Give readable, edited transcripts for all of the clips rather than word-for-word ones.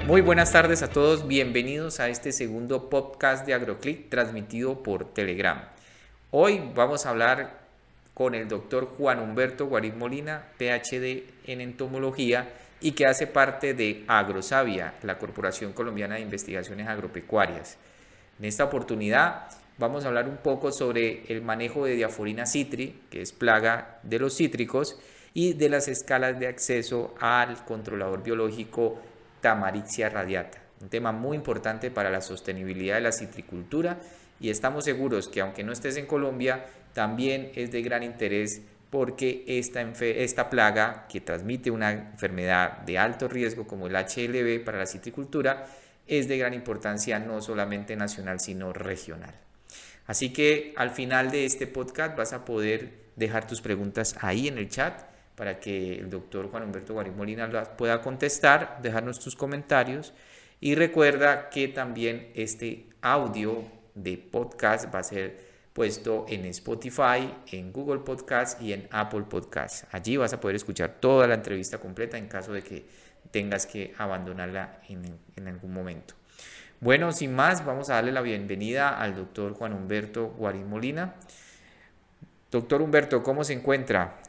Muy buenas tardes a todos, bienvenidos a este segundo podcast de AgroClick transmitido por Telegram. Hoy vamos a hablar con el doctor Juan Humberto Guarín Molina, PhD en entomología y que hace parte de Agrosavia, la Corporación Colombiana de Investigaciones Agropecuarias. En esta oportunidad vamos a hablar un poco sobre el manejo de Diaforina citri, que es plaga de los cítricos, y de las escalas de acceso al controlador biológico Tamarixia radiata, un tema muy importante para la sostenibilidad de la citricultura, y estamos seguros que aunque no estés en Colombia, también es de gran interés porque esta plaga que transmite una enfermedad de alto riesgo como el HLB para la citricultura es de gran importancia no solamente nacional sino regional. Así que al final de este podcast vas a poder dejar tus preguntas ahí en el chat para que el doctor Juan Humberto Guarín Molina las pueda contestar, dejarnos tus comentarios, y recuerda que también este audio de podcast va a ser puesto en Spotify, en Google Podcast y en Apple Podcast. Allí vas a poder escuchar toda la entrevista completa en caso de que tengas que abandonarla en algún momento. Bueno, sin más, vamos a darle la bienvenida al doctor Juan Humberto Guarín Molina. Doctor Humberto, ¿cómo se encuentra?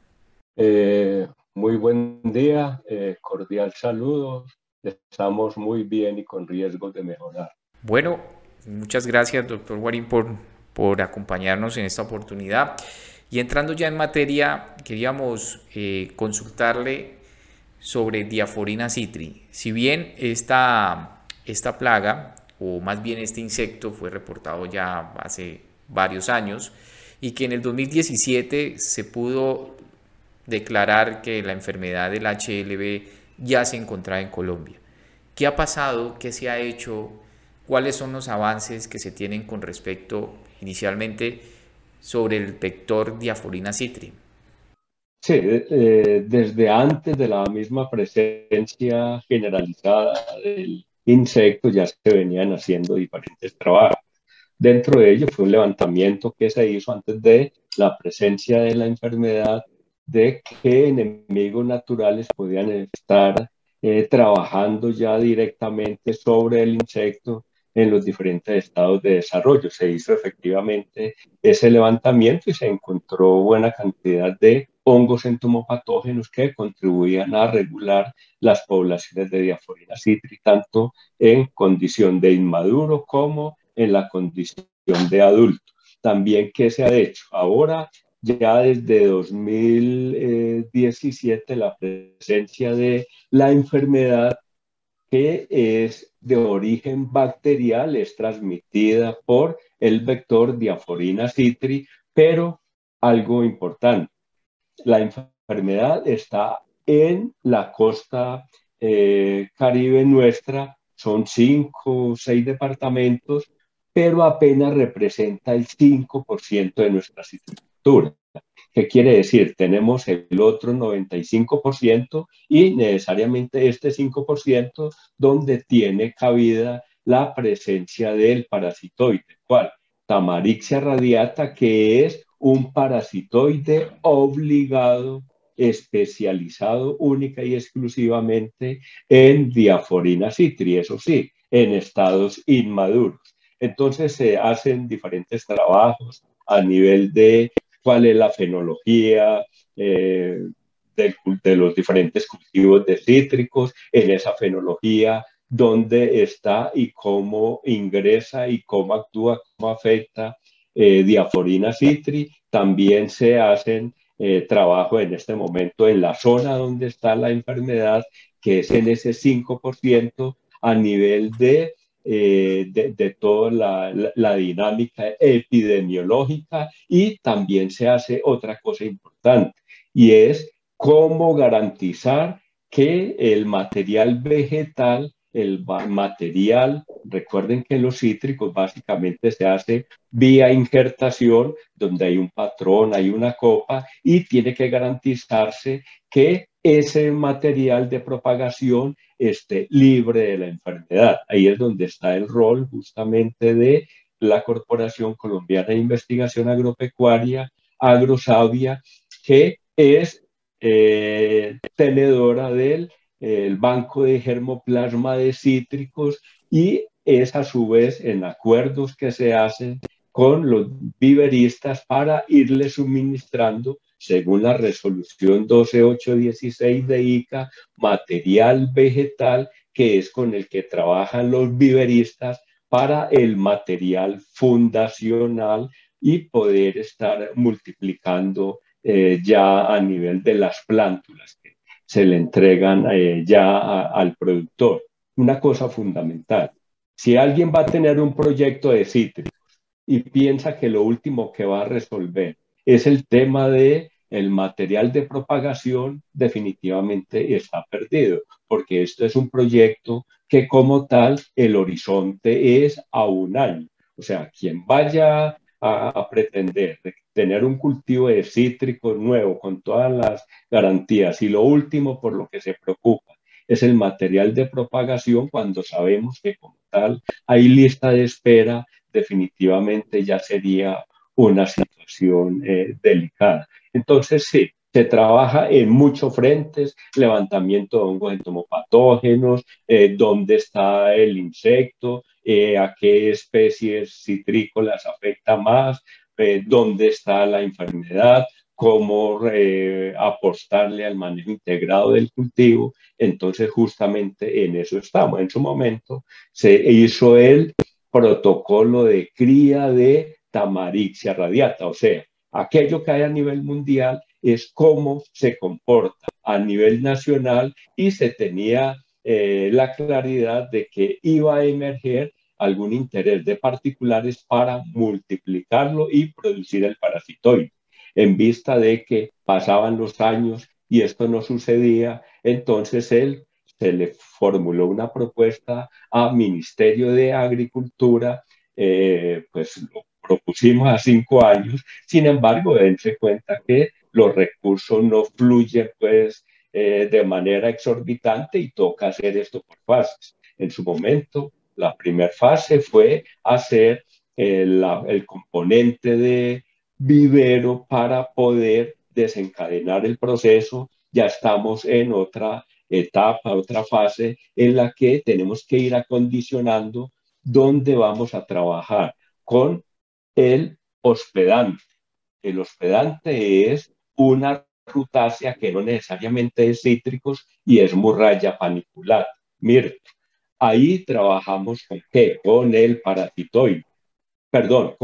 Muy buen día, cordial saludo. Estamos muy bien y con riesgos de mejorar. Bueno, muchas gracias, doctor Guarín, por acompañarnos en esta oportunidad. Y entrando ya en materia, queríamos consultarle sobre Diaforina citri. Si bien esta plaga, o más bien este insecto, fue reportado ya hace varios años y que en el 2017 se pudo declarar que la enfermedad del HLB ya se encontraba en Colombia. ¿Qué ha pasado? ¿Qué se ha hecho? ¿Cuáles son los avances que se tienen con respecto inicialmente sobre el vector Diaforina citri? Sí, desde antes de la misma presencia generalizada del insecto ya se venían haciendo diferentes trabajos. Dentro de ello fue un levantamiento que se hizo antes de la presencia de la enfermedad, de qué enemigos naturales podían estar trabajando ya directamente sobre el insecto en los diferentes estados de desarrollo. Se hizo efectivamente ese levantamiento y se encontró buena cantidad de hongos entomopatógenos que contribuían a regular las poblaciones de Diaforina citri, tanto en condición de inmaduro como en la condición de adulto. También, ¿qué se ha hecho? Ahora, ya desde 2017, la presencia de la enfermedad que es de origen bacterial, es transmitida por el vector Diaforina citri, pero algo importante, la enfermedad está en la costa caribe nuestra, son 5 o 6 departamentos, pero apenas representa el 5% de nuestra citricultura. ¿Qué quiere decir? Tenemos el otro 95% y necesariamente este 5% donde tiene cabida la presencia del parasitoide. ¿Cuál? Tamarixia radiata, que es un parasitoide obligado, especializado única y exclusivamente en Diaforina citri, eso sí, en estados inmaduros. Entonces se hacen diferentes trabajos a nivel de cuál es la fenología de los diferentes cultivos de cítricos, en esa fenología dónde está y cómo ingresa y cómo actúa, cómo afecta Diaforina citri. También se hacen trabajo en este momento en la zona donde está la enfermedad, que es en ese 5% a nivel de toda la dinámica epidemiológica, y también se hace otra cosa importante y es cómo garantizar que el material vegetal, el material, recuerden que los cítricos básicamente se hace vía injertación, donde hay un patrón, hay una copa, y tiene que garantizarse que ese material de propagación esté libre de la enfermedad. Ahí es donde está el rol justamente de la Corporación Colombiana de Investigación Agropecuaria, Agrosavia, que es tenedora del el banco de germoplasma de cítricos y es a su vez en acuerdos que se hacen con los viveristas para irles suministrando, según la resolución 12816 de ICA, material vegetal que es con el que trabajan los viveristas para el material fundacional y poder estar multiplicando ya a nivel de las plántulas que se le entregan al productor. Una cosa fundamental, si alguien va a tener un proyecto de cítricos y piensa que lo último que va a resolver es el tema de el material de propagación, definitivamente está perdido, porque esto es un proyecto que como tal el horizonte es a un año. O sea, quien vaya a pretender tener un cultivo de cítricos nuevo con todas las garantías y lo último por lo que se preocupa es el material de propagación cuando sabemos que como tal hay lista de espera, definitivamente ya sería una situación delicada. Entonces, sí, se trabaja en muchos frentes, levantamiento de hongos entomopatógenos, dónde está el insecto, a qué especies citrícolas afecta más, dónde está la enfermedad, cómo apostarle al manejo integrado del cultivo. Entonces, justamente en eso estamos. En su momento se hizo el protocolo de cría de Tamarixia radiata, o sea, aquello que hay a nivel mundial es cómo se comporta a nivel nacional y se tenía la claridad de que iba a emerger algún interés de particulares para multiplicarlo y producir el parasitoide. En vista de que pasaban los años y esto no sucedía, entonces se le formuló una propuesta a Ministerio de Agricultura, pues lo propusimos a 5 años, sin embargo, dense cuenta que los recursos no fluyen pues de manera exorbitante y toca hacer esto por fases. En su momento, la primera fase fue hacer el componente de vivero para poder desencadenar el proceso. Ya estamos en otra etapa, otra fase en la que tenemos que ir acondicionando dónde vamos a trabajar con el hospedante. El hospedante es una rutácea que no necesariamente es cítricos y es Murraya paniculata. Mire, ahí trabajamos con qué? Con el parasitoide, perdón,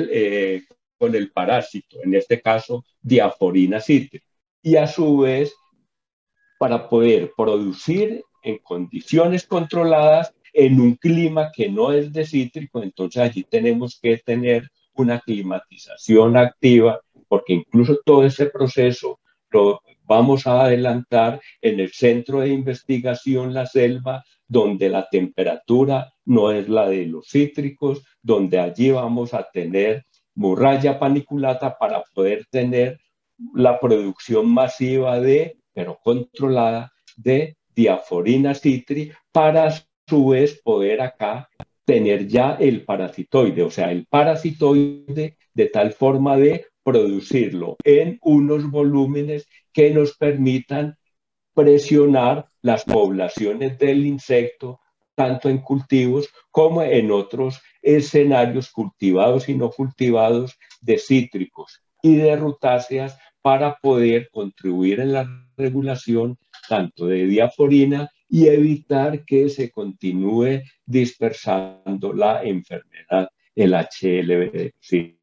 con el parásito, en este caso Diaforina cítrica. Y a su vez para poder producir en condiciones controladas en un clima que no es de cítrico, entonces allí tenemos que tener una climatización activa, porque incluso todo ese proceso lo vamos a adelantar en el centro de investigación La Selva, donde la temperatura no es la de los cítricos, donde allí vamos a tener Murraya paniculata para poder tener la producción masiva pero controlada, de Diaforina citri para a su vez poder acá tener ya el parasitoide, o sea, el parasitoide de tal forma de producirlo en unos volúmenes que nos permitan presionar las poblaciones del insecto, tanto en cultivos como en otros escenarios cultivados y no cultivados de cítricos y de rutáceas para poder contribuir en la regulación tanto de diaforina y evitar que se continúe dispersando la enfermedad, el HLV. Sí.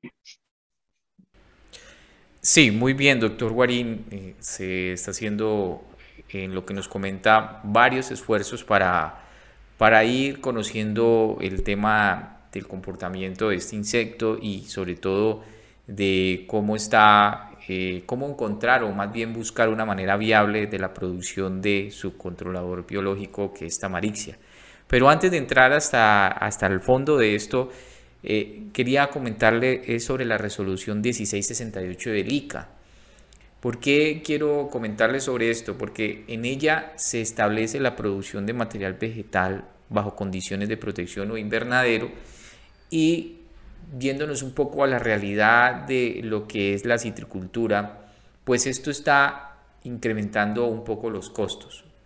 Sí, muy bien, doctor Guarín. Se está haciendo, en lo que nos comenta, varios esfuerzos para ir conociendo el tema del comportamiento de este insecto y sobre todo de cómo está, cómo encontrar o más bien buscar una manera viable de la producción de su controlador biológico que es Tamarixia. Pero antes de entrar hasta el fondo de esto, quería comentarle sobre la resolución 1668 del ICA. ¿Por qué quiero comentarle sobre esto? Porque en ella se establece la producción de material vegetal bajo condiciones de protección o invernadero y viéndonos un poco a la realidad de lo que es la citricultura, pues esto está incrementando un poco los costos.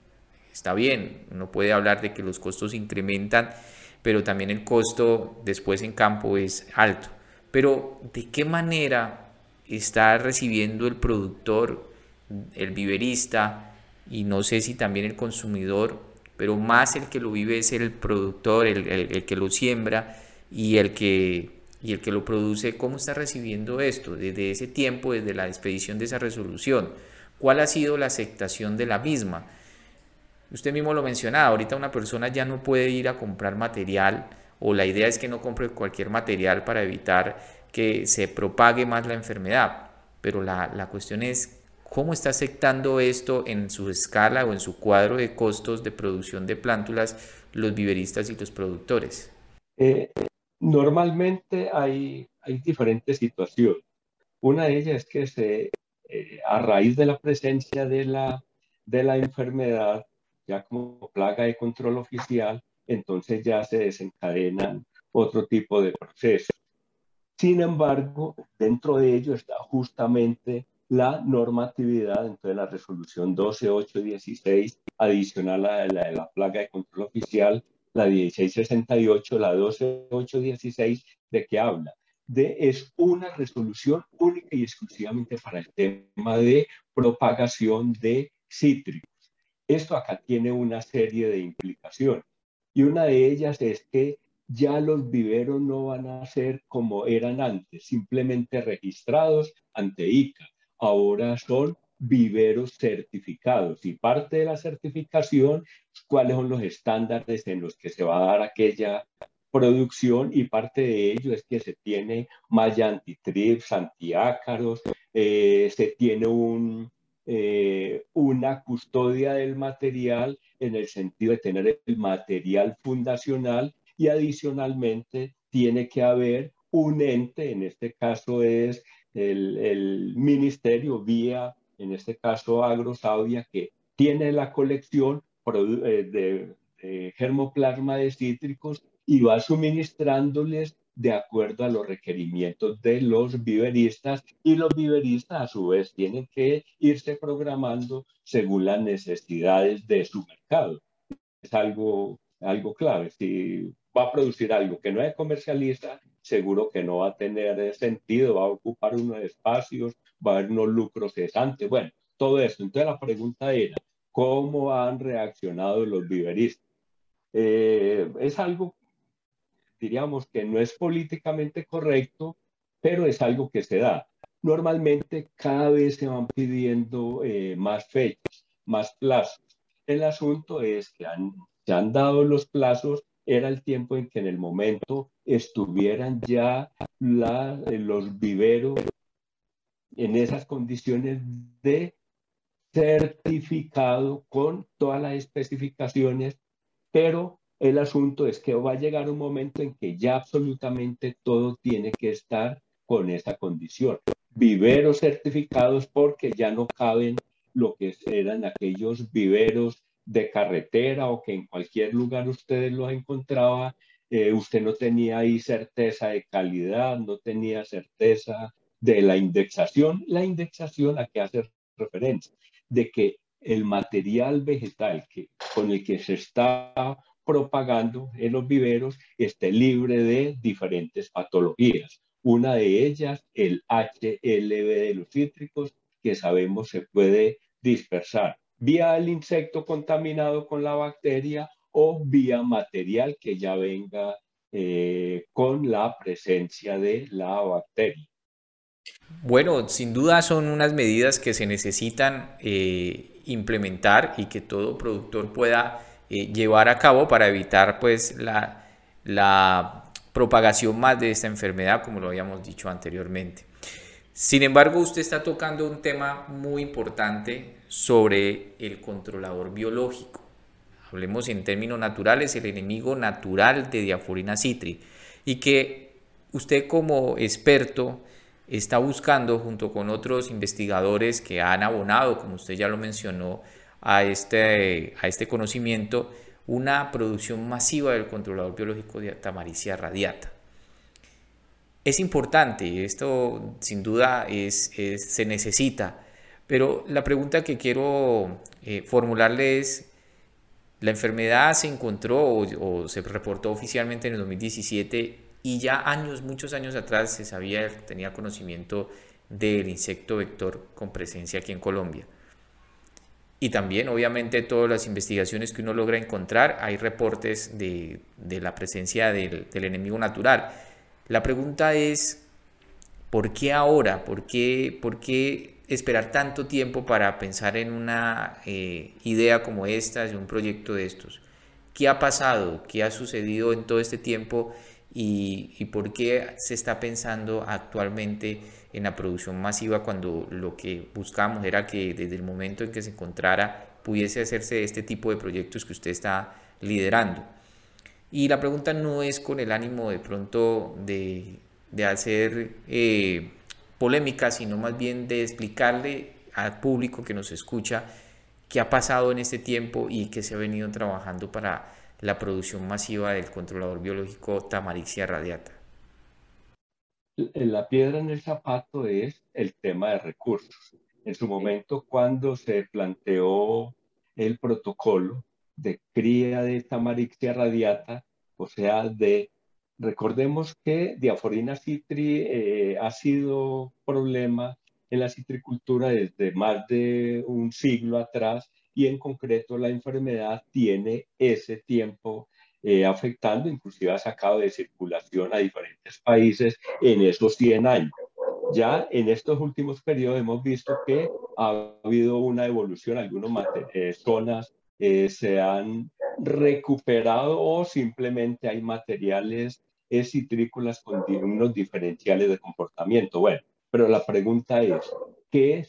está bien, uno puede hablar de que los costos incrementan, pero también el costo después en campo es alto. Pero ¿de qué manera está recibiendo el productor, el viverista y no sé si también el consumidor, pero más el que lo vive es el productor, el que lo siembra y el que lo produce? ¿Cómo está recibiendo esto desde ese tiempo, desde la expedición de esa resolución? ¿Cuál ha sido la aceptación de la misma? Usted mismo lo mencionaba, ahorita una persona ya no puede ir a comprar material, o la idea es que no compre cualquier material para evitar que se propague más la enfermedad. Pero la cuestión es cómo está afectando esto en su escala o en su cuadro de costos de producción de plántulas los viveristas y los productores. Eh, Normalmente hay diferentes situaciones. Una de ellas es que a raíz de la presencia de la enfermedad, ya como plaga de control oficial, entonces ya se desencadenan otro tipo de procesos. Sin embargo, dentro de ello está justamente la normatividad, entonces la resolución 12816, adicional a la de la plaga de control oficial, la 1668, la 12816, de que habla. Es una resolución única y exclusivamente para el tema de propagación de cítricos. Esto acá tiene una serie de implicaciones y una de ellas es que ya los viveros no van a ser como eran antes, simplemente registrados ante ICA. Ahora son viveros certificados y parte de la certificación, cuáles son los estándares en los que se va a dar aquella producción, y parte de ello es que se tiene malla antitrips, antiácaros, se tiene una custodia del material en el sentido de tener el material fundacional, y adicionalmente tiene que haber un ente, en este caso es el ministerio vía, en este caso Agrosaudia, que tiene la colección de germoplasma de cítricos y va suministrándoles de acuerdo a los requerimientos de los viveristas, y los viveristas a su vez tienen que irse programando según las necesidades de su mercado. Es algo clave. Si va a producir algo que no se comercializa, seguro que no va a tener sentido, va a ocupar unos espacios, va a haber unos lucros cesantes, bueno, todo esto. Entonces la pregunta era, ¿cómo han reaccionado los viveristas? Es algo, diríamos, que no es políticamente correcto, pero es algo que se da. Normalmente cada vez se van pidiendo más fechas, más plazos. El asunto es que se han dado los plazos, era el tiempo en que en el momento estuvieran ya los viveros en esas condiciones de certificado con todas las especificaciones, pero el asunto es que va a llegar un momento en que ya absolutamente todo tiene que estar con esa condición. Viveros certificados, porque ya no caben lo que eran aquellos viveros de carretera o que en cualquier lugar ustedes los encontraba. Usted no tenía ahí certeza de calidad, no tenía certeza de la indexación. La indexación a qué hace referencia, de que el material vegetal con el que se está propagando en los viveros esté libre de diferentes patologías. Una de ellas, el HLB de los cítricos, que sabemos se puede dispersar vía el insecto contaminado con la bacteria o vía material que ya venga con la presencia de la bacteria. Bueno, sin duda son unas medidas que se necesitan implementar y que todo productor pueda llevar a cabo para evitar pues la propagación más de esta enfermedad, como lo habíamos dicho anteriormente. Sin embargo, usted está tocando un tema muy importante sobre el controlador biológico. Hablemos en términos naturales, el enemigo natural de Diaforina citri, y que usted como experto está buscando junto con otros investigadores que han abonado, como usted ya lo mencionó, a este conocimiento, una producción masiva del controlador biológico de Tamaricia radiata. Es importante, esto sin duda se necesita, pero la pregunta que quiero formularle es, La enfermedad se encontró o se reportó oficialmente en el 2017 y ya años, muchos años atrás se sabía, tenía conocimiento del insecto vector con presencia aquí en Colombia. Y también, obviamente, todas las investigaciones que uno logra encontrar, hay reportes de la presencia del enemigo natural. La pregunta es, ¿por qué ahora? Por qué esperar tanto tiempo para pensar en una idea como esta, de un proyecto de estos? ¿Qué ha pasado? ¿Qué ha sucedido en todo este tiempo? Y por qué se está pensando actualmente en la producción masiva cuando lo que buscamos era que desde el momento en que se encontrara pudiese hacerse este tipo de proyectos que usted está liderando? Y la pregunta no es con el ánimo de pronto de hacer polémica, sino más bien de explicarle al público que nos escucha qué ha pasado en este tiempo y qué se ha venido trabajando para la producción masiva del controlador biológico Tamarixia radiata. La piedra en el zapato es el tema de recursos. En su Sí. momento, cuando se planteó el protocolo de cría de Tamarixia radiata, o sea, recordemos que Diaforina citri ha sido problema en la citricultura desde más de un siglo atrás y en concreto la enfermedad tiene ese tiempo afectando, inclusive ha sacado de circulación a diferentes países en esos 100 años. Ya en estos últimos periodos hemos visto que ha habido una evolución, algunas zonas se han recuperado o simplemente hay materiales citrícolas con unos diferenciales de comportamiento. Bueno, pero la pregunta es, ¿qué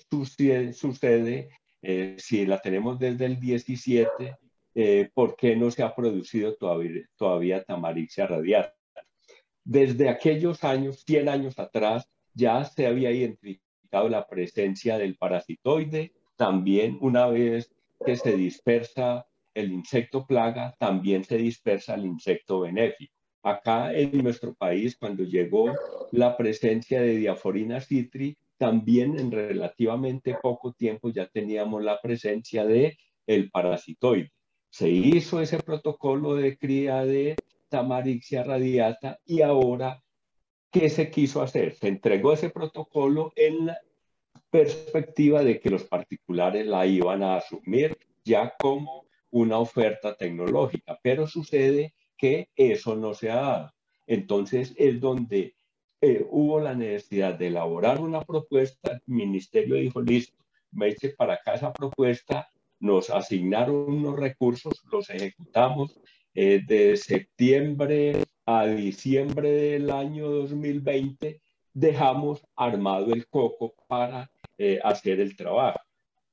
sucede si la tenemos desde el 17? ¿Por qué no se ha producido todavía Tamarixia radiata? Desde aquellos años, 100 años atrás, ya se había identificado la presencia del parasitoide. También una vez que se dispersa el insecto plaga, también se dispersa el insecto benéfico. Acá en nuestro país, cuando llegó la presencia de Diaforina citri, también en relativamente poco tiempo ya teníamos la presencia de el parasitoide. Se hizo ese protocolo de cría de Tamarixia radiata y ahora, ¿qué se quiso hacer? Se entregó ese protocolo en la perspectiva de que los particulares la iban a asumir ya como una oferta tecnológica, pero sucede que eso no se ha dado. Entonces es donde hubo la necesidad de elaborar una propuesta, el ministerio dijo, listo, me eche para acá esa propuesta, nos asignaron unos recursos, los ejecutamos de septiembre a diciembre del año 2020, dejamos armado el coco para hacer el trabajo.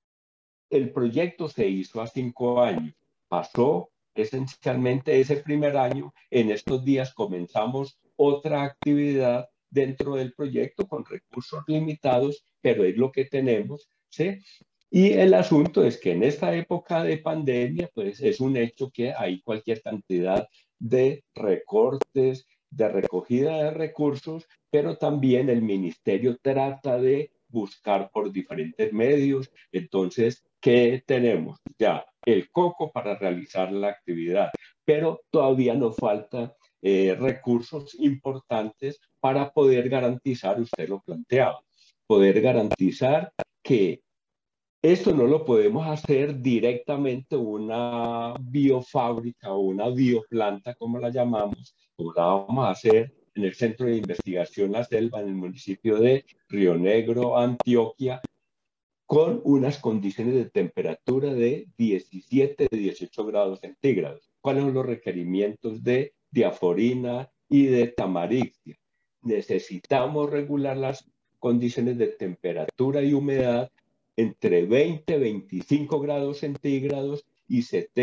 El proyecto se hizo a 5 años, pasó esencialmente ese primer año, en estos días comenzamos otra actividad dentro del proyecto con recursos limitados, pero es lo que tenemos, ¿sí? Y el asunto es que en esta época de pandemia, pues es un hecho que hay cualquier cantidad de recortes, de recogida de recursos, pero también el ministerio trata de buscar por diferentes medios. Entonces, ¿qué tenemos? Ya el coco para realizar la actividad, pero todavía nos falta recursos importantes para poder garantizar, usted lo planteaba, poder garantizar que esto no lo podemos hacer directamente una biofábrica o una bioplanta, como la llamamos, como la vamos a hacer en el Centro de Investigación La Selva, en el municipio de Río Negro, Antioquia, con unas condiciones de temperatura de 17, 18 grados centígrados. ¿Cuáles son los requerimientos de diaforina y de tamarixia? Necesitamos regular las condiciones de temperatura y humedad entre 20, 25 grados centígrados y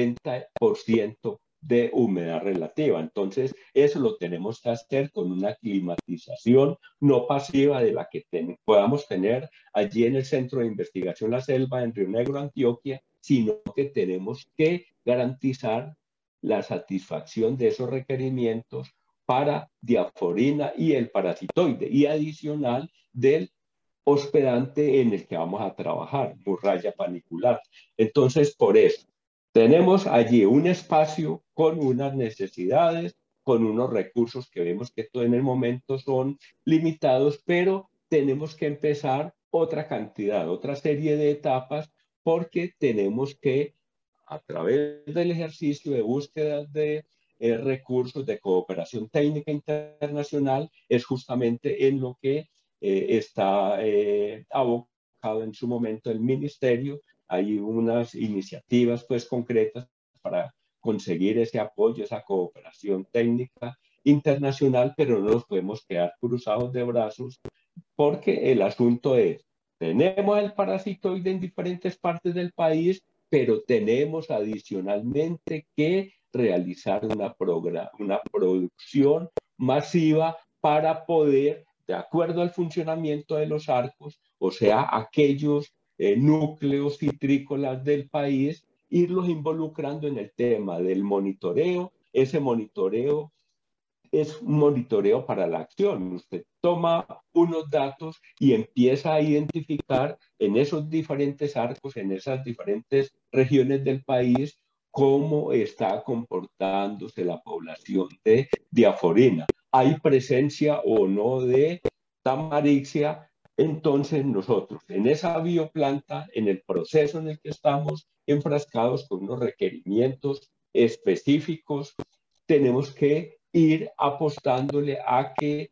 70% de humedad relativa. Entonces, eso lo tenemos que hacer con una climatización no pasiva de la que podamos tener allí en el Centro de Investigación La Selva, en Río Negro, Antioquia, sino que tenemos que garantizar la satisfacción de esos requerimientos para diaforina y el parasitoide, y adicional del hospedante en el que vamos a trabajar, Burraya panicular. Entonces, por eso, Tenemos allí un espacio con unas necesidades, con unos recursos que vemos que en el momento son limitados, pero tenemos que empezar otra cantidad, otra serie de etapas, porque tenemos que, a través del ejercicio de búsqueda de recursos de cooperación técnica internacional, es justamente en lo que está abocado en su momento el ministerio. Hay unas iniciativas pues concretas para conseguir ese apoyo, esa cooperación técnica internacional, pero no nos podemos quedar cruzados de brazos porque el asunto es, tenemos el parasitoide en diferentes partes del país, pero tenemos adicionalmente que realizar una producción masiva para poder, de acuerdo al funcionamiento de los arcos, o sea, aquellos núcleos citrícolas del país, irlos involucrando en el tema del monitoreo. Ese monitoreo es un monitoreo para la acción. Usted toma unos datos y empieza a identificar en esos diferentes arcos, en esas diferentes regiones del país, cómo está comportándose la población de diaforina. ¿Hay presencia o no de tamarixia? Entonces nosotros en esa bioplanta, en el proceso en el que estamos enfrascados con unos requerimientos específicos, tenemos que ir apostándole a que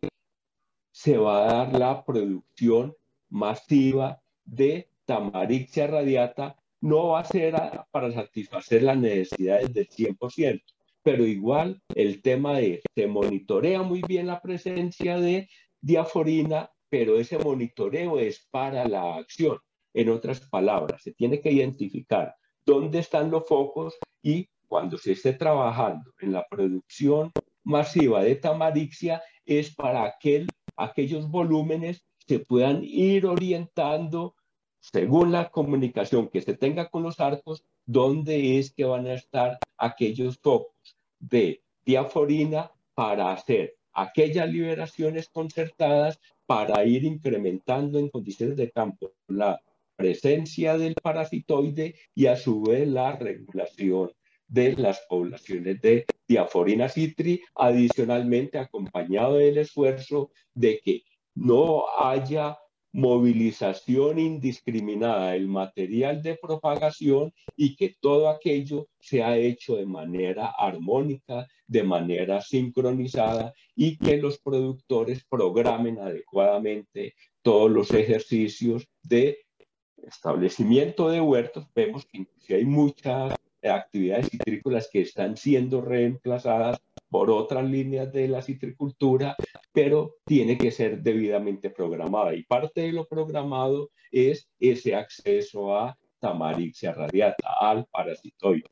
se va a dar la producción masiva de Tamarixia radiata. No va a ser para satisfacer las necesidades del 100%, pero igual el tema de se monitorea muy bien la presencia de diaforina, pero ese monitoreo es para la acción. En otras palabras, se tiene que identificar dónde están los focos y cuando se esté trabajando en la producción masiva de tamarixia es para aquellos volúmenes se puedan ir orientando según la comunicación que se tenga con los arcos, dónde es que van a estar aquellos focos de diaforina para hacer aquellas liberaciones concertadas para ir incrementando en condiciones de campo la presencia del parasitoide y a su vez la regulación de las poblaciones de diaforina citri, adicionalmente acompañado del esfuerzo de que no haya movilización indiscriminada del material de propagación y que todo aquello sea hecho de manera armónica, de manera sincronizada y que los productores programen adecuadamente todos los ejercicios de establecimiento de huertos. Vemos que hay muchas actividades citrícolas que están siendo reemplazadas por otras líneas de la citricultura, pero tiene que ser debidamente programada. Y parte de lo programado es ese acceso a Tamarixia radiata, al parasitoide,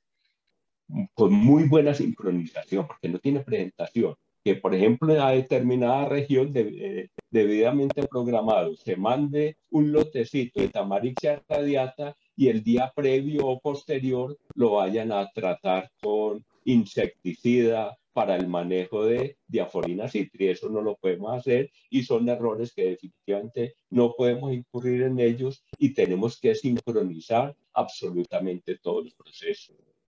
con muy buena sincronización, porque no tiene presentación. Que, por ejemplo, en la determinada región debidamente programado se mande un lotecito de Tamarixia radiata y el día previo o posterior lo vayan a tratar con insecticida para el manejo de diaforina citri. Eso no lo podemos hacer y son errores que definitivamente no podemos incurrir en ellos y tenemos que sincronizar absolutamente todos los procesos.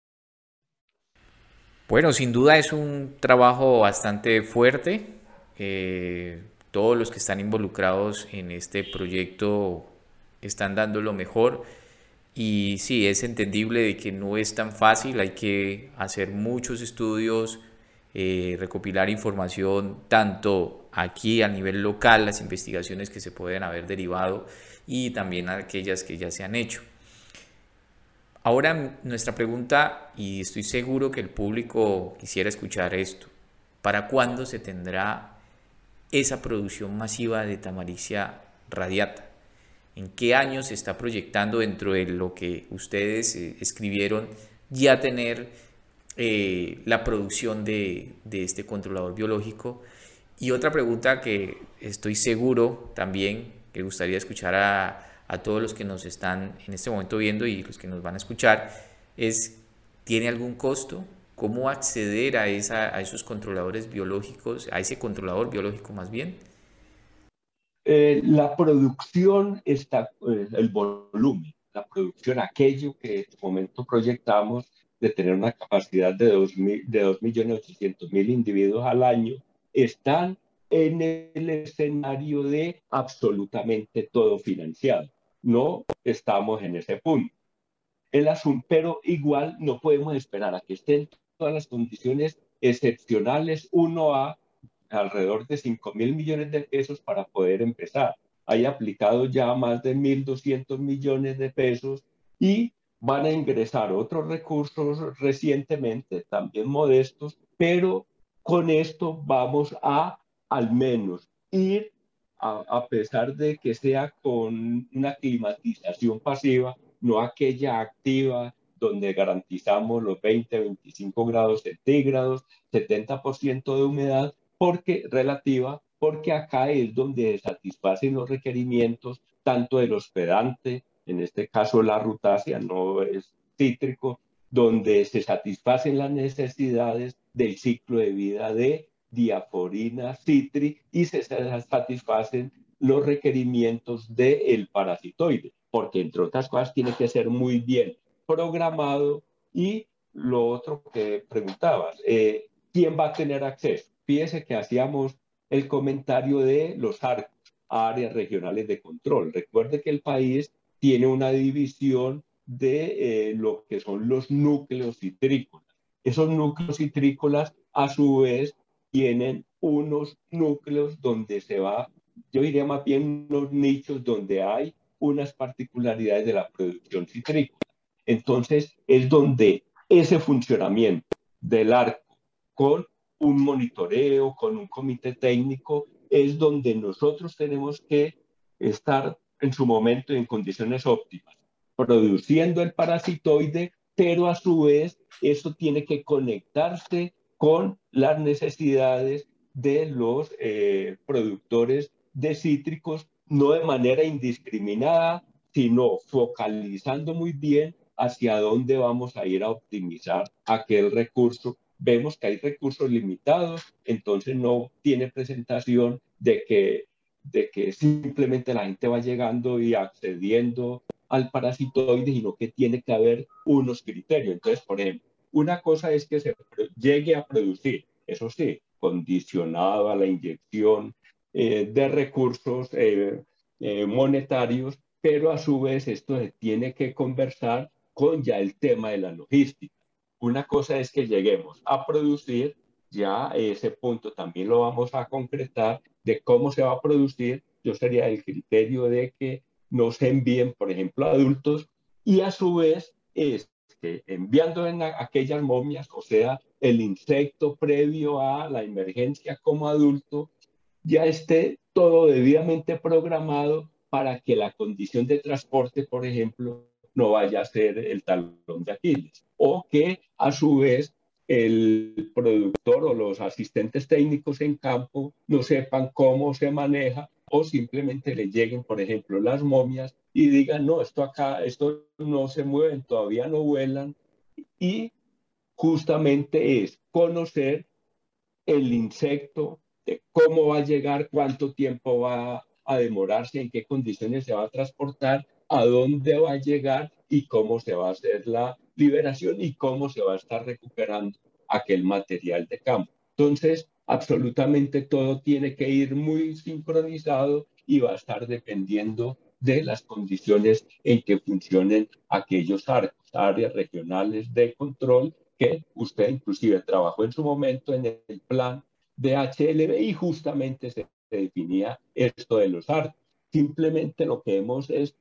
Bueno, sin duda es un trabajo bastante fuerte. Todos los que están involucrados en este proyecto están dando lo mejor y sí, es entendible de que no es tan fácil, hay que hacer muchos estudios, recopilar información tanto aquí a nivel local, las investigaciones que se pueden haber derivado y también aquellas que ya se han hecho. Ahora nuestra pregunta, y estoy seguro que el público quisiera escuchar esto, ¿para cuándo se tendrá esa producción masiva de Tamarixia radiata? ¿En qué año se está proyectando dentro de lo que ustedes escribieron ya tener la producción de este controlador biológico? Y otra pregunta que estoy seguro también que gustaría escuchar a todos los que nos están en este momento viendo y los que nos van a escuchar es, ¿tiene algún costo? ¿Cómo acceder a esos controladores biológicos, a ese controlador biológico más bien? La producción está, el volumen, la producción, aquello que en este momento proyectamos, de tener una capacidad de 2.800.000 individuos al año, están en el escenario de absolutamente todo financiado. No estamos en ese punto. El asunto, pero igual no podemos esperar a que estén todas las condiciones excepcionales. Uno a alrededor de 5.000 millones de pesos para poder empezar. Hay aplicado ya más de 1.200 millones de pesos y van a ingresar otros recursos recientemente, también modestos, pero con esto vamos a al menos ir, a pesar de que sea con una climatización pasiva, no aquella activa donde garantizamos los 20, 25 grados centígrados, 70% de humedad, porque relativa, porque acá es donde se satisfacen los requerimientos tanto del hospedante, en este caso la rutácea, no es cítrico, donde se satisfacen las necesidades del ciclo de vida de Diaforina citri y se satisfacen los requerimientos del parasitoide, porque entre otras cosas tiene que ser muy bien programado. Y lo otro que preguntabas, ¿quién va a tener acceso? Fíjese que hacíamos el comentario de los ARCos, áreas regionales de control. Recuerde que el país tiene una división de lo que son los núcleos citrícolas. Esos núcleos citrícolas, a su vez, tienen unos núcleos donde se va, yo diría más bien unos nichos donde hay unas particularidades de la producción citrícola. Entonces, es donde ese funcionamiento del arco con un monitoreo, con un comité técnico, es donde nosotros tenemos que estar en su momento en condiciones óptimas, produciendo el parasitoide, pero a su vez eso tiene que conectarse con las necesidades de los productores de cítricos, no de manera indiscriminada, sino focalizando muy bien hacia dónde vamos a ir a optimizar aquel recurso. Vemos que hay recursos limitados, entonces no tiene presentación de que simplemente la gente va llegando y accediendo al parasitoide, sino que tiene que haber unos criterios. Entonces, por ejemplo, una cosa es que se llegue a producir, eso sí, condicionado a la inyección de recursos monetarios, pero a su vez esto se tiene que conversar con ya el tema de la logística. Una cosa es que lleguemos a producir, ya ese punto también lo vamos a concretar de cómo se va a producir. Yo sería el criterio de que nos envíen, por ejemplo, adultos y a su vez es que enviando en aquellas momias, o sea, el insecto previo a la emergencia como adulto, ya esté todo debidamente programado para que la condición de transporte, por ejemplo, no vaya a ser el talón de Aquiles. O que a su vez el productor o los asistentes técnicos en campo no sepan cómo se maneja o simplemente le lleguen, por ejemplo, las momias y digan, no, esto acá, esto no se mueven, todavía no vuelan. Y justamente es conocer el insecto, de cómo va a llegar, cuánto tiempo va a demorarse, en qué condiciones se va a transportar, a dónde va a llegar y cómo se va a hacer la liberación y cómo se va a estar recuperando aquel material de campo. Entonces, absolutamente todo tiene que ir muy sincronizado y va a estar dependiendo de las condiciones en que funcionen aquellos áreas regionales de control que usted inclusive trabajó en su momento en el plan de HLB y justamente se definía esto de los arcos. Simplemente lo que hemos es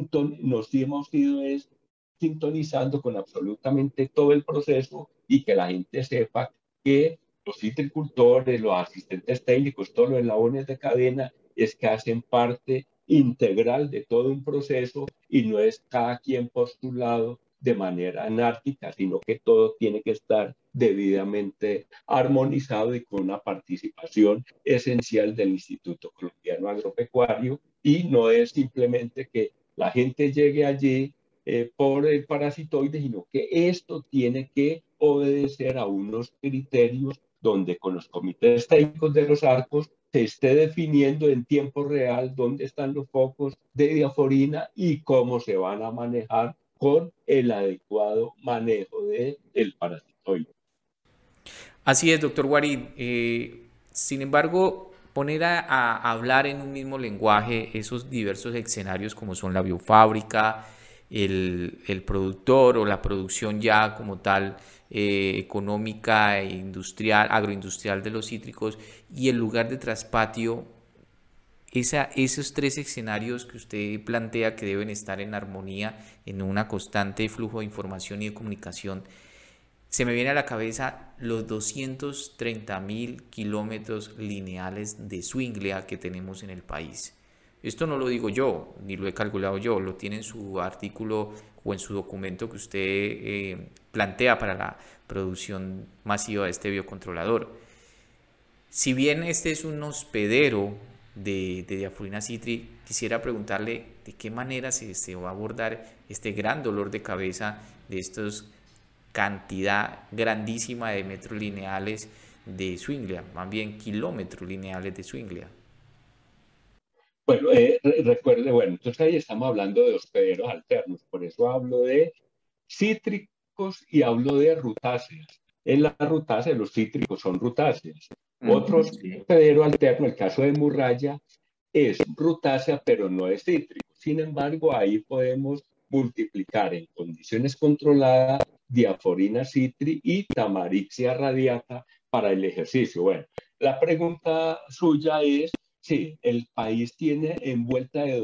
nos hemos ido es sintonizando con absolutamente todo el proceso y que la gente sepa que los citricultores, los asistentes técnicos, todos los eslabones de cadena es que hacen parte integral de todo un proceso y no es cada quien por su lado de manera anárquica, sino que todo tiene que estar debidamente armonizado y con una participación esencial del Instituto Colombiano Agropecuario, y no es simplemente que la gente llegue allí por el parasitoide, sino que esto tiene que obedecer a unos criterios donde con los comités técnicos de los arcos se esté definiendo en tiempo real dónde están los focos de diaforina y cómo se van a manejar con el adecuado manejo del parasitoide. Así es, doctor Guarín. Sin embargo, poner a hablar en un mismo lenguaje esos diversos escenarios como son la biofábrica, el productor o la producción ya como tal económica e industrial, agroindustrial de los cítricos y el lugar de traspatio, esos tres escenarios que usted plantea que deben estar en armonía, en una constante flujo de información y de comunicación, se me viene a la cabeza los 230.000 kilómetros lineales de Zwinglia que tenemos en el país. Esto no lo digo yo, ni lo he calculado yo, lo tiene en su artículo o en su documento que usted plantea para la producción masiva de este biocontrolador. Si bien este es un hospedero de Diaforina citri, quisiera preguntarle de qué manera se va a abordar este gran dolor de cabeza de estos cantidad grandísima de metros lineales de Zwinglia, más bien kilómetros lineales de Zwinglia. Bueno, recuerde, bueno, entonces ahí estamos hablando de hospederos alternos, por eso hablo de cítricos y hablo de rutáceas. En la rutácea, los cítricos son rutáceas. Otro hospedero alterno, el caso de Murraya, es rutácea, pero no es cítrico. Sin embargo, ahí podemos multiplicar en condiciones controladas Diaforina citri y Tamarixia radiata para el ejercicio. Bueno, la pregunta suya es, sí, el país tiene envuelta de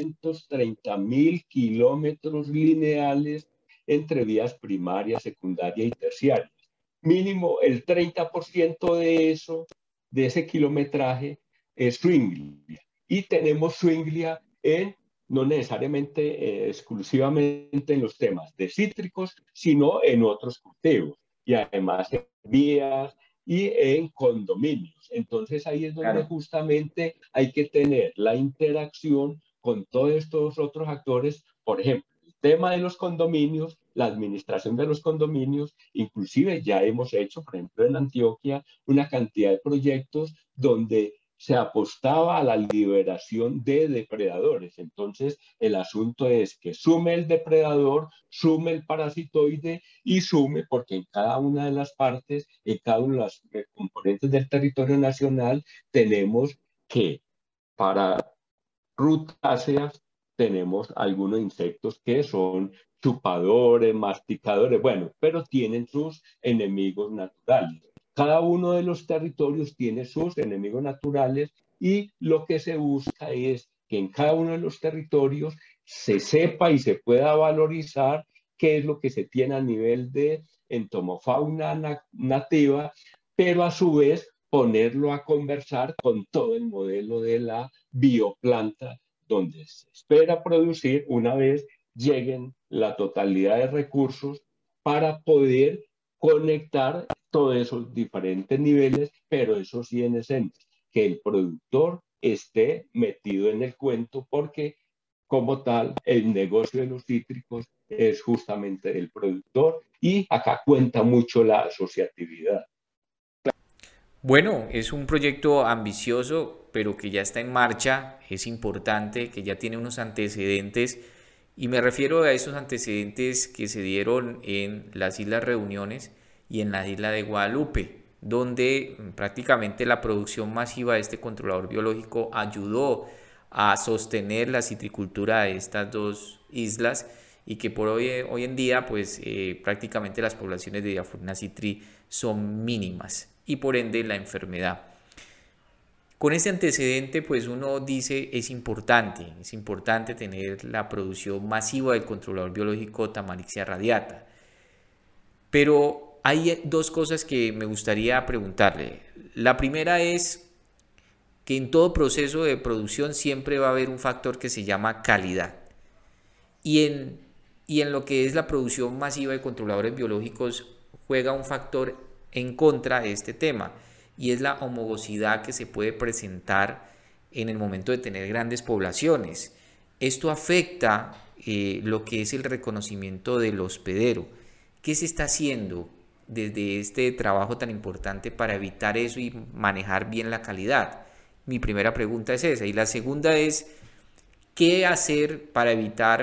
230.000 kilómetros lineales entre vías primarias, secundarias y terciarias. Mínimo el 30% de eso, de ese kilometraje, es Zwinglia. Y tenemos Zwinglia no necesariamente exclusivamente en los temas de cítricos, sino en otros cultivos. Y además en vías y en condominios. Entonces ahí es donde justamente hay que tener la interacción con todos estos otros actores. Por ejemplo, el tema de los condominios, la administración de los condominios, inclusive ya hemos hecho, por ejemplo, en Antioquia, una cantidad de proyectos donde se apostaba a la liberación de depredadores. Entonces, el asunto es que sume el depredador, sume el parasitoide y sume, porque en cada una de las partes, en cada una de las componentes del territorio nacional, tenemos que para rutáceas tenemos algunos insectos que son chupadores, masticadores, bueno, pero tienen sus enemigos naturales. Cada uno de los territorios tiene sus enemigos naturales y lo que se busca es que en cada uno de los territorios se sepa y se pueda valorizar qué es lo que se tiene a nivel de entomofauna nativa, pero a su vez ponerlo a conversar con todo el modelo de la bioplanta, donde se espera producir una vez lleguen la totalidad de recursos para poder conectar todos esos diferentes niveles, pero eso sí en esencia, que el productor esté metido en el cuento porque como tal el negocio de los cítricos es justamente el productor y acá cuenta mucho la asociatividad. Bueno, es un proyecto ambicioso, pero que ya está en marcha, es importante, que ya tiene unos antecedentes, y me refiero a esos antecedentes que se dieron en las Islas Reuniones y en la isla de Guadalupe, donde prácticamente la producción masiva de este controlador biológico ayudó a sostener la citricultura de estas dos islas y que por hoy en día pues prácticamente las poblaciones de Diaforina citri son mínimas y por ende la enfermedad. Con este antecedente, pues uno dice es importante tener la producción masiva del controlador biológico Tamarixia radiata. Pero hay dos cosas que me gustaría preguntarle. La primera es que en todo proceso de producción siempre va a haber un factor que se llama calidad. Y en lo que es la producción masiva de controladores biológicos juega un factor en contra de este tema y es la homogeneidad que se puede presentar en el momento de tener grandes poblaciones. Esto afecta lo que es el reconocimiento del hospedero. ¿Qué se está haciendo desde este trabajo tan importante para evitar eso y manejar bien la calidad? Mi primera pregunta es esa. Y la segunda es, ¿qué hacer para evitar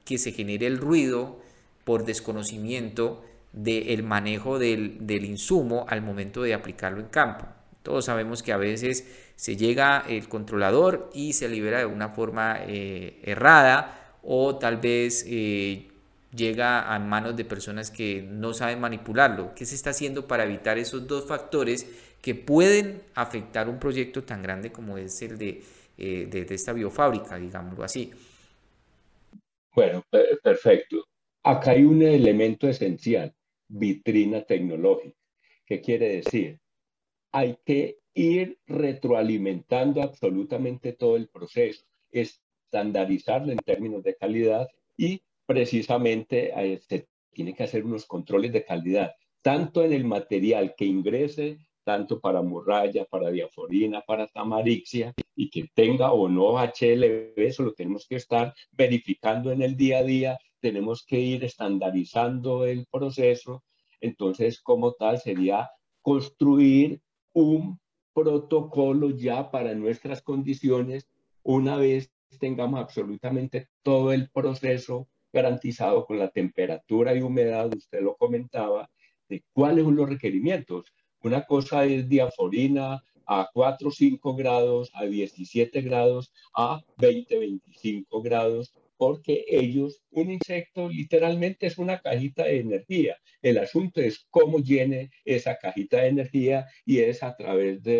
que se genere el ruido por desconocimiento del manejo del insumo al momento de aplicarlo en campo. Todos sabemos que a veces se llega el controlador y se libera de una forma errada, o tal vez llega a manos de personas que no saben manipularlo. ¿Qué se está haciendo para evitar esos dos factores que pueden afectar un proyecto tan grande como es el de esta biofábrica, digámoslo así? Bueno, perfecto. Acá hay un elemento esencial, vitrina tecnológica. ¿Qué quiere decir? Hay que ir retroalimentando absolutamente todo el proceso, estandarizarlo en términos de calidad y precisamente se tiene que hacer unos controles de calidad, tanto en el material que ingrese, tanto para morralla, para diaforina, para tamarixia, y que tenga o no HLB, eso lo tenemos que estar verificando en el día a día, tenemos que ir estandarizando el proceso. Entonces, como tal, sería construir un protocolo ya para nuestras condiciones una vez tengamos absolutamente todo el proceso garantizado con la temperatura y humedad, usted lo comentaba, de cuáles son los requerimientos. Una cosa es diaforina a 4 o 5 grados, a 17 grados, a 20, 25 grados, porque ellos, un insecto literalmente es una cajita de energía. El asunto es cómo llene esa cajita de energía y es a través de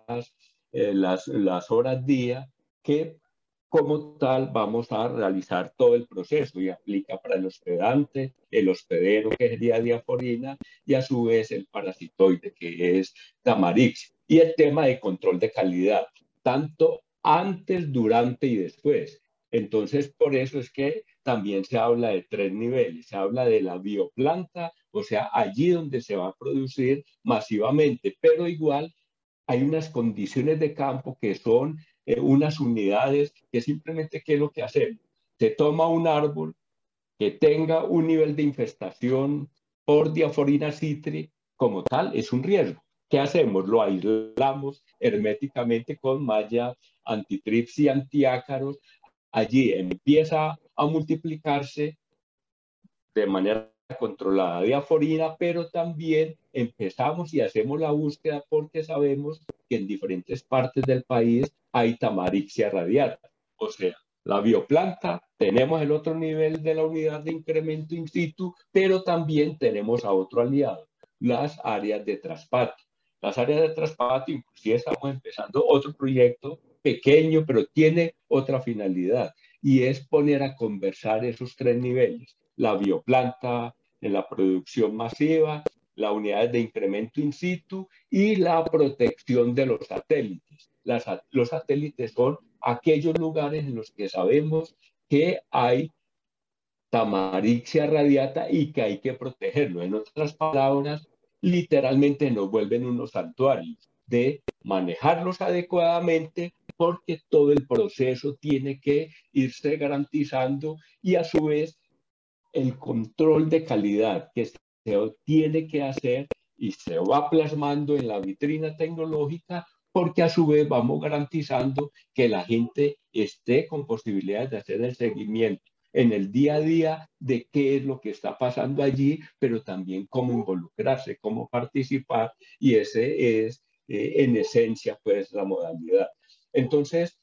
las horas día que como tal vamos a realizar todo el proceso y aplica para el hospedante, el hospedero que sería diaforina y a su vez el parasitoide que es tamarix. Y el tema de control de calidad, tanto antes, durante y después. Entonces, por eso es que también se habla de tres niveles. Se habla de la bioplanta, o sea, allí donde se va a producir masivamente, pero igual hay unas condiciones de campo que son unas unidades que simplemente, ¿qué es lo que hacemos? Se toma un árbol que tenga un nivel de infestación por diaforina citri, como tal, es un riesgo. ¿Qué hacemos? Lo aislamos herméticamente con malla antitrips y antiácaros. Allí empieza a multiplicarse de manera controlada diaforina, pero también empezamos y hacemos la búsqueda porque sabemos que en diferentes partes del país hay tamarixia radiata. O sea, la bioplanta, tenemos el otro nivel de la unidad de incremento in situ, pero también tenemos a otro aliado, las áreas de traspatio. Las áreas de traspatio, inclusive estamos empezando otro proyecto pequeño, pero tiene otra finalidad, y es poner a conversar esos tres niveles: la bioplanta en la producción masiva, las unidades de incremento in situ y la protección de los satélites. Los satélites son aquellos lugares en los que sabemos que hay tamarixia radiata y que hay que protegerlo. En otras palabras, literalmente nos vuelven unos santuarios de manejarlos adecuadamente porque todo el proceso tiene que irse garantizando y a su vez el control de calidad que se tiene que hacer y se va plasmando en la vitrina tecnológica porque a su vez vamos garantizando que la gente esté con posibilidades de hacer el seguimiento en el día a día de qué es lo que está pasando allí, pero también cómo involucrarse, cómo participar, y ese es en esencia pues la modalidad. Entonces,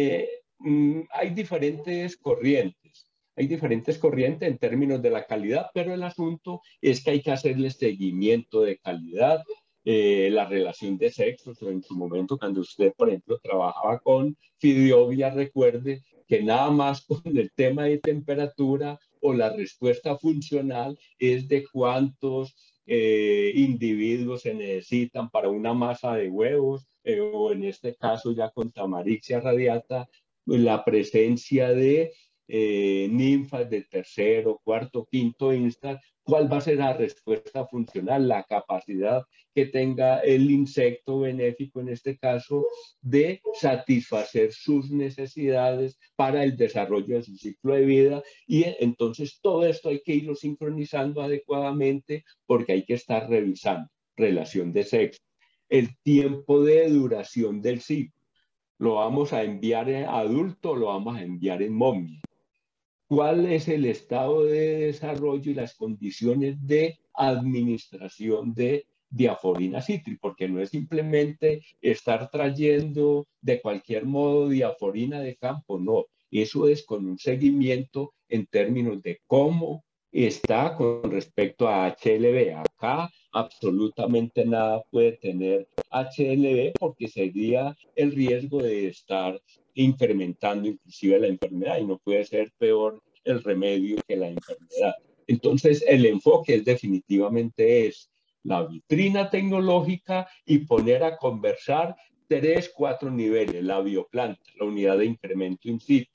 hay diferentes corrientes. Hay diferentes corrientes en términos de la calidad, pero el asunto es que hay que hacerle seguimiento de calidad, la relación de sexos. En su momento, cuando usted, por ejemplo, trabajaba con Fidiovia, recuerde que nada más con el tema de temperatura o la respuesta funcional es de cuántos individuos se necesitan para una masa de huevos, o en este caso ya con Tamarixia radiata, la presencia de ninfas del tercero, cuarto, quinto insta, cuál va a ser la respuesta funcional, la capacidad que tenga el insecto benéfico, en este caso, de satisfacer sus necesidades para el desarrollo de su ciclo de vida. Y entonces todo esto hay que irlo sincronizando adecuadamente porque hay que estar revisando relación de sexo, el tiempo de duración del ciclo. ¿Lo vamos a enviar en adulto o lo vamos a enviar en momia? cuál es el estado de desarrollo y las condiciones de administración de diaforina citri, porque no es simplemente estar trayendo de cualquier modo diaforina de campo, no, eso es con un seguimiento en términos de cómo está con respecto a HLB. Acá absolutamente nada puede tener HLB porque sería el riesgo de estar incrementando inclusive la enfermedad y no puede ser peor el remedio que la enfermedad. Entonces, el enfoque es definitivamente es la vitrina tecnológica y poner a conversar tres, cuatro niveles, la bioplanta, la unidad de incremento in situ,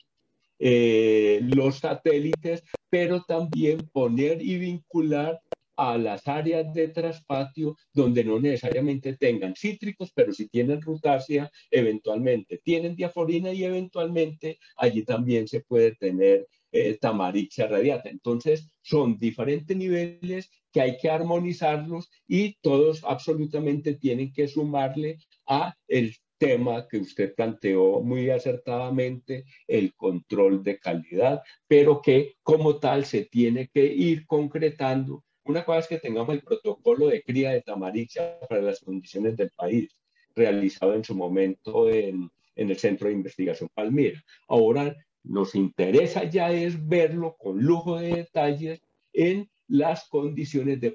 los satélites, pero también poner y vincular a las áreas de traspatio donde no necesariamente tengan cítricos, pero si tienen rutácea, eventualmente tienen diaforina y eventualmente allí también se puede tener tamarixia radiata. Entonces, son diferentes niveles que hay que armonizarlos y todos absolutamente tienen que sumarle a el tema que usted planteó muy acertadamente, el control de calidad, pero que como tal se tiene que ir concretando. Una cosa es que tengamos el protocolo de cría de tamarixia para las condiciones del país, realizado en su momento en el Centro de Investigación Palmira. Ahora nos interesa ya es verlo con lujo de detalles en las condiciones de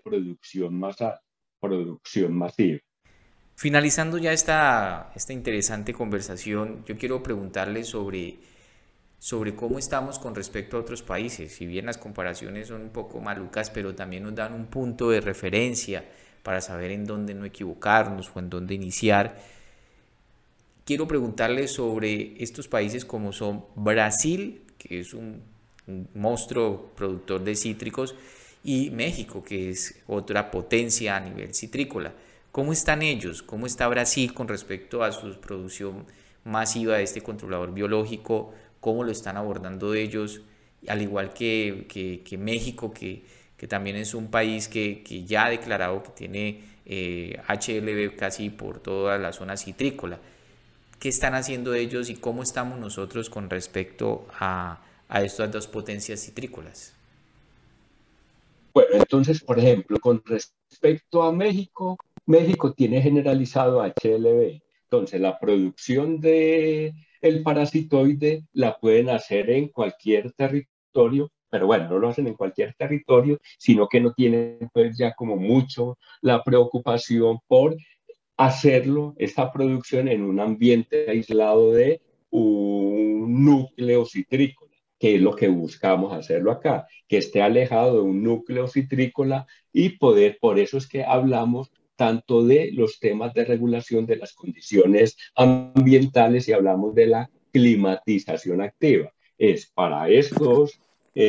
producción masiva. Finalizando ya esta interesante conversación, yo quiero preguntarle sobre cómo estamos con respecto a otros países. Si bien las comparaciones son un poco malucas, pero también nos dan un punto de referencia para saber en dónde no equivocarnos o en dónde iniciar. Quiero preguntarle sobre estos países como son Brasil, que es un monstruo productor de cítricos, y México, que es otra potencia a nivel citrícola. ¿Cómo están ellos? ¿Cómo está Brasil con respecto a su producción masiva de este controlador biológico? ¿Cómo lo están abordando ellos? Al igual que México, que también es un país que ya ha declarado que tiene HLB casi por toda la zona citrícola. ¿Qué están haciendo ellos y cómo estamos nosotros con respecto a estas dos potencias citrícolas? Bueno, entonces, por ejemplo, con respecto a México, México tiene generalizado HLB. Entonces, la producción de el parasitoide la pueden hacer en cualquier territorio, pero bueno, no lo hacen en cualquier territorio, sino que no tienen pues ya como mucho la preocupación por hacerlo, esta producción en un ambiente aislado de un núcleo citrícola, que es lo que buscamos hacerlo acá, que esté alejado de un núcleo citrícola y poder, por eso es que hablamos tanto de los temas de regulación de las condiciones ambientales y hablamos de la climatización activa. Es para estos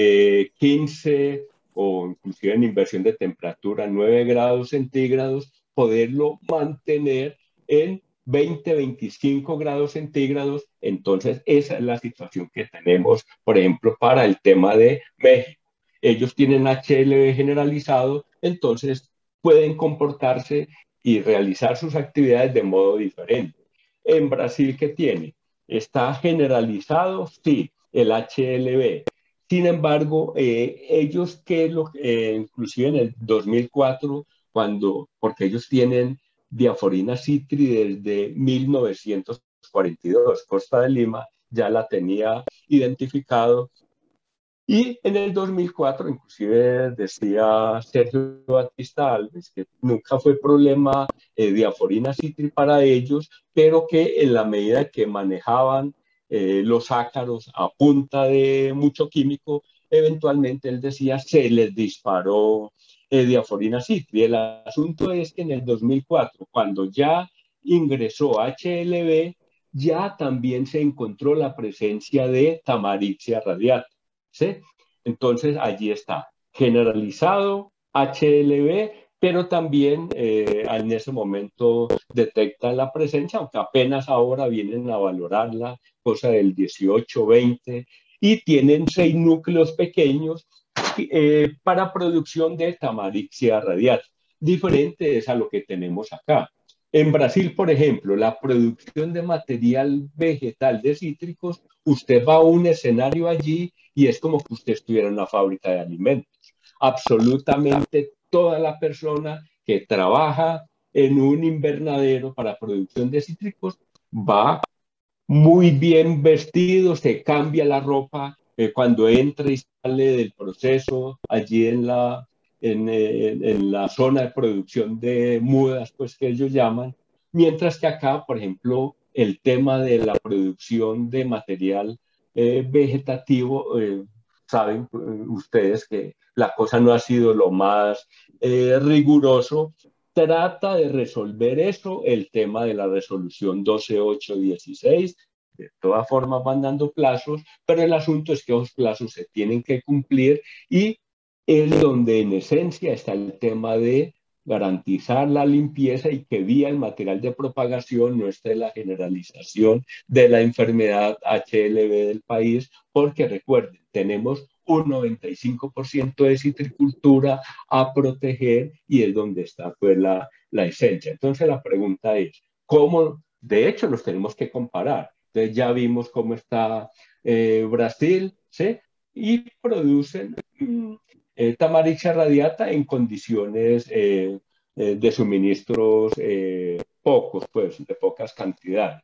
15 o inclusive en inversión de temperatura 9 grados centígrados, poderlo mantener en 20, 25 grados centígrados. Entonces, esa es la situación que tenemos, por ejemplo, para el tema de México. Ellos tienen HLB generalizado, entonces pueden comportarse y realizar sus actividades de modo diferente. En Brasil, ¿qué tiene? ¿Está generalizado? Sí, el HLB. Sin embargo, ellos que inclusive en el 2004, porque ellos tienen diaforina citri desde 1942, Costa de Lima ya la tenía identificado y en el 2004, inclusive decía Sergio Batista Alves, que nunca fue problema diaforina citri para ellos, pero que en la medida que manejaban los ácaros a punta de mucho químico, eventualmente él decía se les disparó diaforina citri. El asunto es que en el 2004, cuando ya ingresó HLB, ya también se encontró la presencia de Tamarixia radiata. ¿Sí? Entonces allí está, generalizado, HLB, pero también en ese momento detectan la presencia, aunque apenas ahora vienen a valorarla, cosa del 18, 20, y tienen 6 núcleos pequeños para producción de Tamarixia radiata. Diferente es a lo que tenemos acá. En Brasil, por ejemplo, la producción de material vegetal de cítricos, usted va a un escenario allí y es como que usted estuviera en una fábrica de alimentos. Absolutamente toda la persona que trabaja en un invernadero para producción de cítricos va muy bien vestido, se cambia la ropa cuando entra y sale del proceso allí en la zona de producción de mudas, pues que ellos llaman, mientras que acá, por ejemplo, el tema de la producción de material vegetativo, saben ustedes que la cosa no ha sido lo más riguroso. Trata de resolver eso, el tema de la resolución 12816. De todas formas van dando plazos, pero el asunto es que esos plazos se tienen que cumplir y es donde en esencia está el tema de garantizar la limpieza y que vía el material de propagación no esté la generalización de la enfermedad HLV del país, porque recuerden, tenemos un 95% de citricultura a proteger y es donde está pues la esencia. Entonces la pregunta es, ¿cómo? De hecho, los tenemos que comparar. Entonces ya vimos cómo está Brasil, ¿sí? Y producen Tamarixa radiata en condiciones de suministros pocos, pues, de pocas cantidades.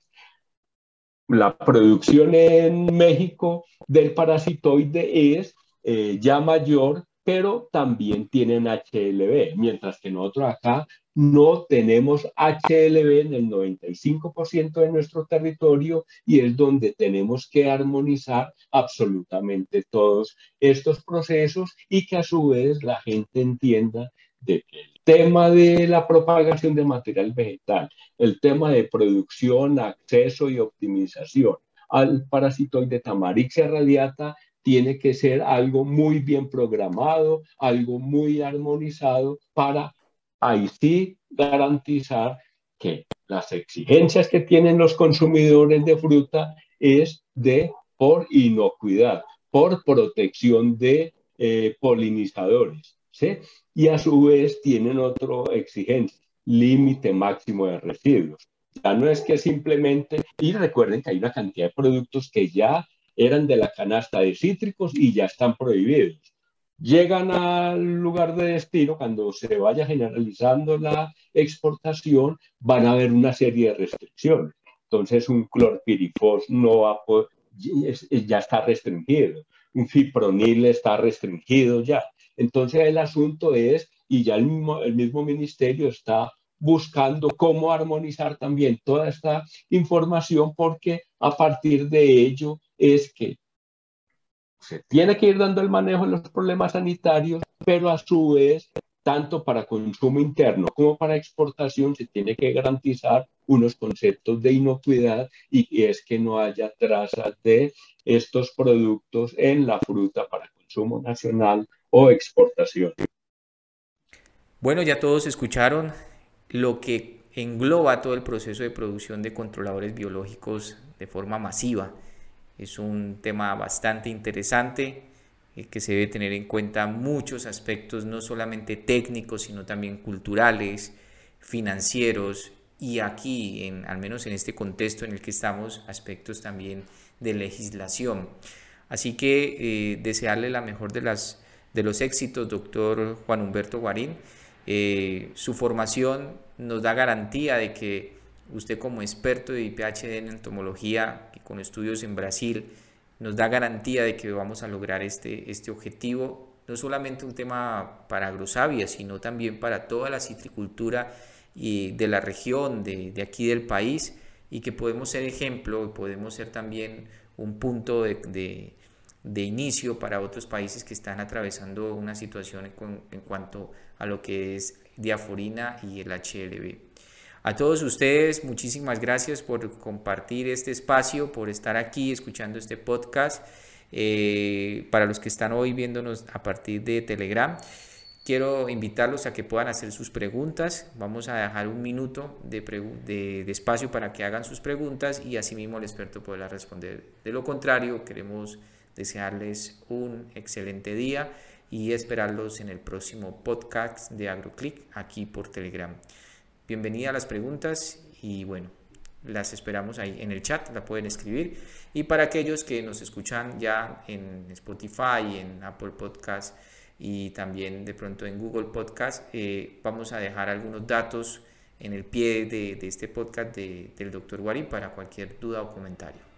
La producción en México del parasitoide es ya mayor, pero también tienen HLB, mientras que nosotros acá no tenemos HLB en el 95% de nuestro territorio y es donde tenemos que armonizar absolutamente todos estos procesos y que a su vez la gente entienda de que el tema de la propagación de material vegetal, el tema de producción, acceso y optimización al parasitoide Tamarixa radiata tiene que ser algo muy bien programado, algo muy armonizado para ahí sí garantizar que las exigencias que tienen los consumidores de fruta es de por inocuidad, por protección de polinizadores, ¿sí? Y a su vez tienen otra exigencia, límite máximo de residuos. Ya no es que simplemente, y recuerden que hay una cantidad de productos que ya eran de la canasta de cítricos y ya están prohibidos. Llegan al lugar de destino, cuando se vaya generalizando la exportación, van a haber una serie de restricciones. Entonces, un clorpirifos no va a poder, ya está restringido, un fipronil está restringido ya. Entonces, el asunto es, y ya el mismo ministerio está buscando cómo armonizar también toda esta información, porque a partir de ello es que se tiene que ir dando el manejo de los problemas sanitarios, pero a su vez, tanto para consumo interno como para exportación, se tiene que garantizar unos conceptos de inocuidad y es que no haya trazas de estos productos en la fruta para consumo nacional o exportación. Bueno, ya todos escucharon lo que engloba todo el proceso de producción de controladores biológicos de forma masiva. Es un tema bastante interesante que se debe tener en cuenta muchos aspectos, no solamente técnicos, sino también culturales, financieros y aquí, al menos en este contexto en el que estamos, aspectos también de legislación. Así que desearle la mejor de los éxitos, doctor Juan Humberto Guarín. Su formación nos da garantía de que usted como experto de PhD en entomología y con estudios en Brasil nos da garantía de que vamos a lograr este objetivo, no solamente un tema para Agrosavia, sino también para toda la citricultura y de la región, de aquí del país, y que podemos ser ejemplo y podemos ser también un punto de inicio para otros países que están atravesando una situación en cuanto a lo que es diaforina y el HLB. A todos ustedes, muchísimas gracias por compartir este espacio, por estar aquí escuchando este podcast. Para los que están hoy viéndonos a partir de Telegram, quiero invitarlos a que puedan hacer sus preguntas. Vamos a dejar un minuto de espacio para que hagan sus preguntas y así mismo el experto podrá responder. De lo contrario, queremos desearles un excelente día y esperarlos en el próximo podcast de AgroClick aquí por Telegram. bienvenida a las preguntas y bueno, las esperamos ahí en el chat, la pueden escribir. Y para aquellos que nos escuchan ya en Spotify, en Apple Podcast y también de pronto en Google Podcast, vamos a dejar algunos datos en el pie de este podcast del Dr. Guarín para cualquier duda o comentario.